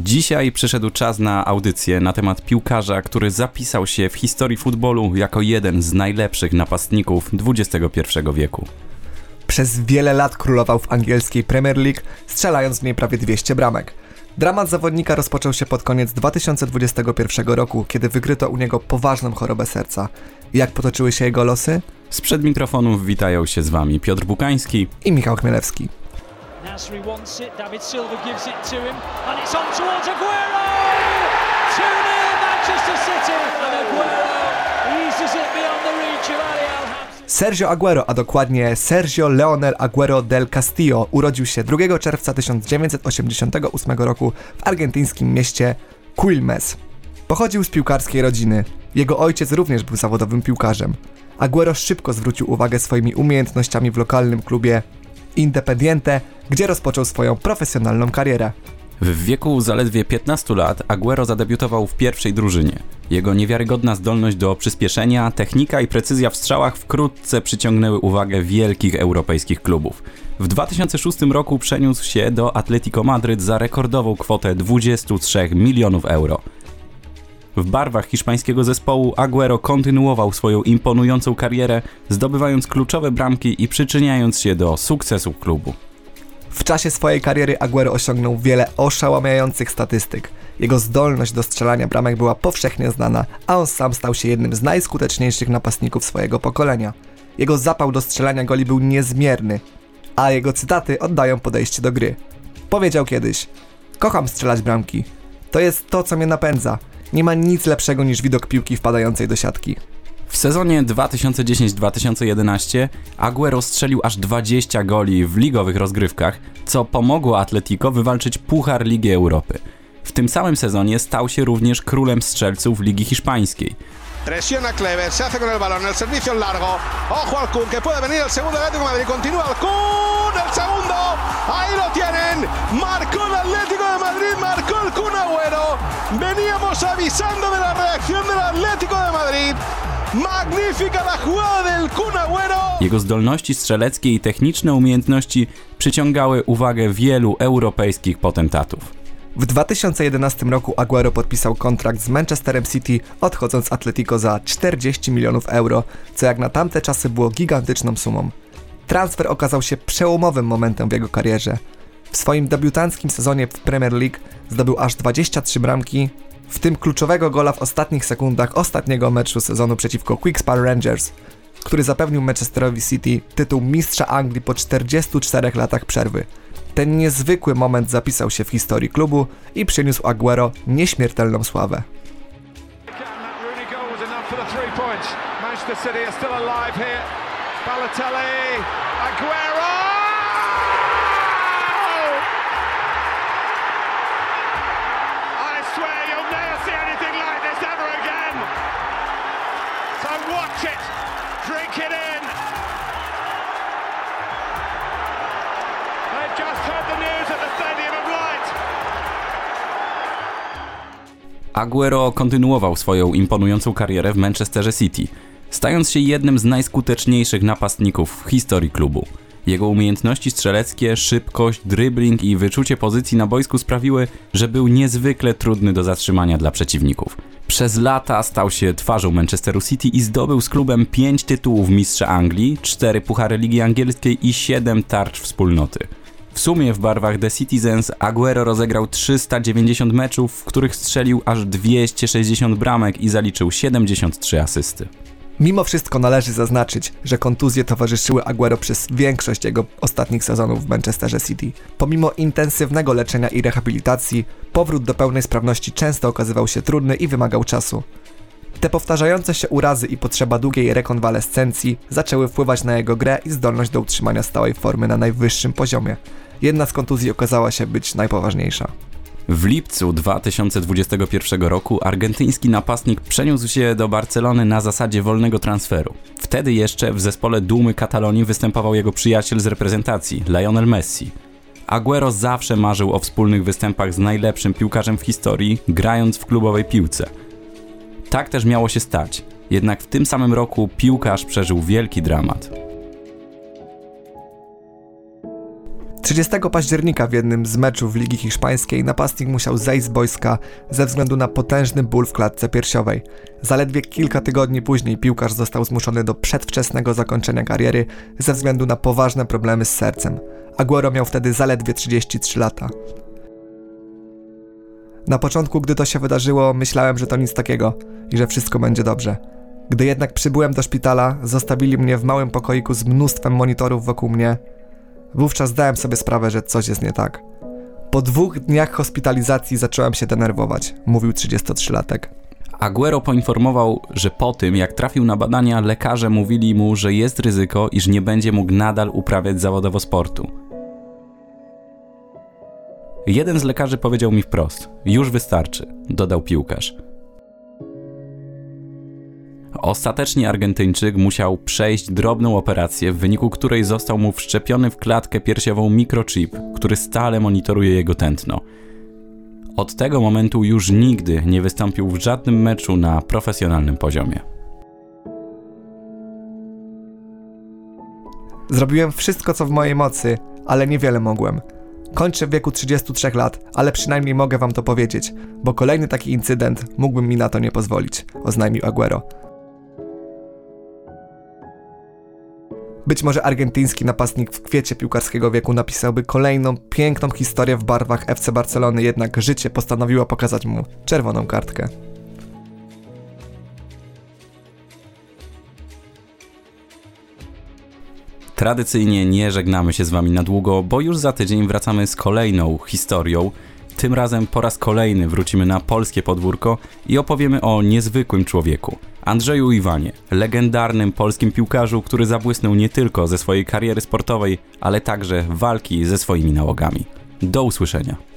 Dzisiaj przyszedł czas na audycję na temat piłkarza, który zapisał się w historii futbolu jako jeden z najlepszych napastników XXI wieku. Przez wiele lat królował w angielskiej Premier League, strzelając w niej prawie 200 bramek. Dramat zawodnika rozpoczął się pod koniec 2021 roku, kiedy wykryto u niego poważną chorobę serca. Jak potoczyły się jego losy? Sprzed mikrofonów witają się z wami Piotr Bukański i Michał Chmielewski. Nasri wants it, David Silva gives it to him, and it's on towards Aguero! 2-0 Manchester City, and Aguero eases it beyond the reach of Ali Al-Hamsi. Sergio Aguero, a dokładnie Sergio Leonel Aguero del Castillo, urodził się 2 czerwca 1988 roku w argentyńskim mieście Quilmes. Pochodził z piłkarskiej rodziny. Jego ojciec również był zawodowym piłkarzem. Aguero szybko zwrócił uwagę swoimi umiejętnościami w lokalnym klubie Independiente, gdzie rozpoczął swoją profesjonalną karierę. W wieku zaledwie 15 lat Aguero zadebiutował w pierwszej drużynie. Jego niewiarygodna zdolność do przyspieszenia, technika i precyzja w strzałach wkrótce przyciągnęły uwagę wielkich europejskich klubów. W 2006 roku przeniósł się do Atletico Madryt za rekordową kwotę 23 milionów euro. W barwach hiszpańskiego zespołu Aguero kontynuował swoją imponującą karierę, zdobywając kluczowe bramki i przyczyniając się do sukcesu klubu. W czasie swojej kariery Aguero osiągnął wiele oszałamiających statystyk. Jego zdolność do strzelania bramek była powszechnie znana, a on sam stał się jednym z najskuteczniejszych napastników swojego pokolenia. Jego zapał do strzelania goli był niezmierny, a jego cytaty oddają podejście do gry. Powiedział kiedyś: kocham strzelać bramki. To jest to, co mnie napędza. Nie ma nic lepszego niż widok piłki wpadającej do siatki. W sezonie 2010-2011 Aguero strzelił aż 20 goli w ligowych rozgrywkach, co pomogło Atletico wywalczyć Puchar Ligi Europy. W tym samym sezonie stał się również królem strzelców Ligi Hiszpańskiej. Presiona Kleber, se hace con el balón, el servicio largo. Ojo al Kun, que puede venir el segundo Atlético de Madrid. Continúa el Kun, el segundo. Ahí lo tienen. Marcó el Atlético de Madrid, marcó el Kun Agüero. Veníamos avisando de la reacción del Atlético de Madrid. Magnífica la jugada del Kun Agüero. Jego zdolności strzeleckie i techniczne umiejętności przyciągały uwagę wielu europejskich potentatów. W 2011 roku Aguero podpisał kontrakt z Manchesterem City, odchodząc z Atletico za 40 milionów euro, co jak na tamte czasy było gigantyczną sumą. Transfer okazał się przełomowym momentem w jego karierze. W swoim debiutanckim sezonie w Premier League zdobył aż 23 bramki, w tym kluczowego gola w ostatnich sekundach ostatniego meczu sezonu przeciwko Quick Star Rangers, który zapewnił Manchesterowi City tytuł mistrza Anglii po 44 latach przerwy. Ten niezwykły moment zapisał się w historii klubu i przyniósł Aguero nieśmiertelną sławę. Aguero kontynuował swoją imponującą karierę w Manchesterze City, stając się jednym z najskuteczniejszych napastników w historii klubu. Jego umiejętności strzeleckie, szybkość, dribbling i wyczucie pozycji na boisku sprawiły, że był niezwykle trudny do zatrzymania dla przeciwników. Przez lata stał się twarzą Manchesteru City i zdobył z klubem 5 tytułów mistrza Anglii, 4 puchary Ligi Angielskiej i 7 tarcz wspólnoty. W sumie w barwach The Citizens Aguero rozegrał 390 meczów, w których strzelił aż 260 bramek i zaliczył 73 asysty. Mimo wszystko należy zaznaczyć, że kontuzje towarzyszyły Aguero przez większość jego ostatnich sezonów w Manchesterze City. Pomimo intensywnego leczenia i rehabilitacji, powrót do pełnej sprawności często okazywał się trudny i wymagał czasu. Te powtarzające się urazy i potrzeba długiej rekonwalescencji zaczęły wpływać na jego grę i zdolność do utrzymania stałej formy na najwyższym poziomie. Jedna z kontuzji okazała się być najpoważniejsza. W lipcu 2021 roku argentyński napastnik przeniósł się do Barcelony na zasadzie wolnego transferu. Wtedy jeszcze w zespole Dumy Katalonii występował jego przyjaciel z reprezentacji, Lionel Messi. Aguero zawsze marzył o wspólnych występach z najlepszym piłkarzem w historii, grając w klubowej piłce. Tak też miało się stać, jednak w tym samym roku piłkarz przeżył wielki dramat. 30 października w jednym z meczów Ligi Hiszpańskiej napastnik musiał zejść z boiska ze względu na potężny ból w klatce piersiowej. Zaledwie kilka tygodni później piłkarz został zmuszony do przedwczesnego zakończenia kariery ze względu na poważne problemy z sercem. Agüero miał wtedy zaledwie 33 lata. Na początku, gdy to się wydarzyło, myślałem, że to nic takiego i że wszystko będzie dobrze. Gdy jednak przybyłem do szpitala, zostawili mnie w małym pokoiku z mnóstwem monitorów wokół mnie. Wówczas zdałem sobie sprawę, że coś jest nie tak. Po 2 dniach hospitalizacji zacząłem się denerwować, mówił 33-latek. Agüero poinformował, że po tym, jak trafił na badania, lekarze mówili mu, że jest ryzyko, iż nie będzie mógł nadal uprawiać zawodowo sportu. Jeden z lekarzy powiedział mi wprost: już wystarczy, dodał piłkarz. Ostatecznie Argentyńczyk musiał przejść drobną operację, w wyniku której został mu wszczepiony w klatkę piersiową mikrochip, który stale monitoruje jego tętno. Od tego momentu już nigdy nie wystąpił w żadnym meczu na profesjonalnym poziomie. Zrobiłem wszystko, co w mojej mocy, ale niewiele mogłem. Kończę w wieku 33 lat, ale przynajmniej mogę wam to powiedzieć, bo kolejny taki incydent mógłby mi na to nie pozwolić, oznajmił Agüero. Być może argentyński napastnik w kwiecie piłkarskiego wieku napisałby kolejną piękną historię w barwach FC Barcelony, jednak życie postanowiło pokazać mu czerwoną kartkę. Tradycyjnie nie żegnamy się z wami na długo, bo już za tydzień wracamy z kolejną historią. Tym razem po raz kolejny wrócimy na polskie podwórko i opowiemy o niezwykłym człowieku. Andrzeju Iwanie, legendarnym polskim piłkarzu, który zabłysnął nie tylko ze swojej kariery sportowej, ale także walki ze swoimi nałogami. Do usłyszenia.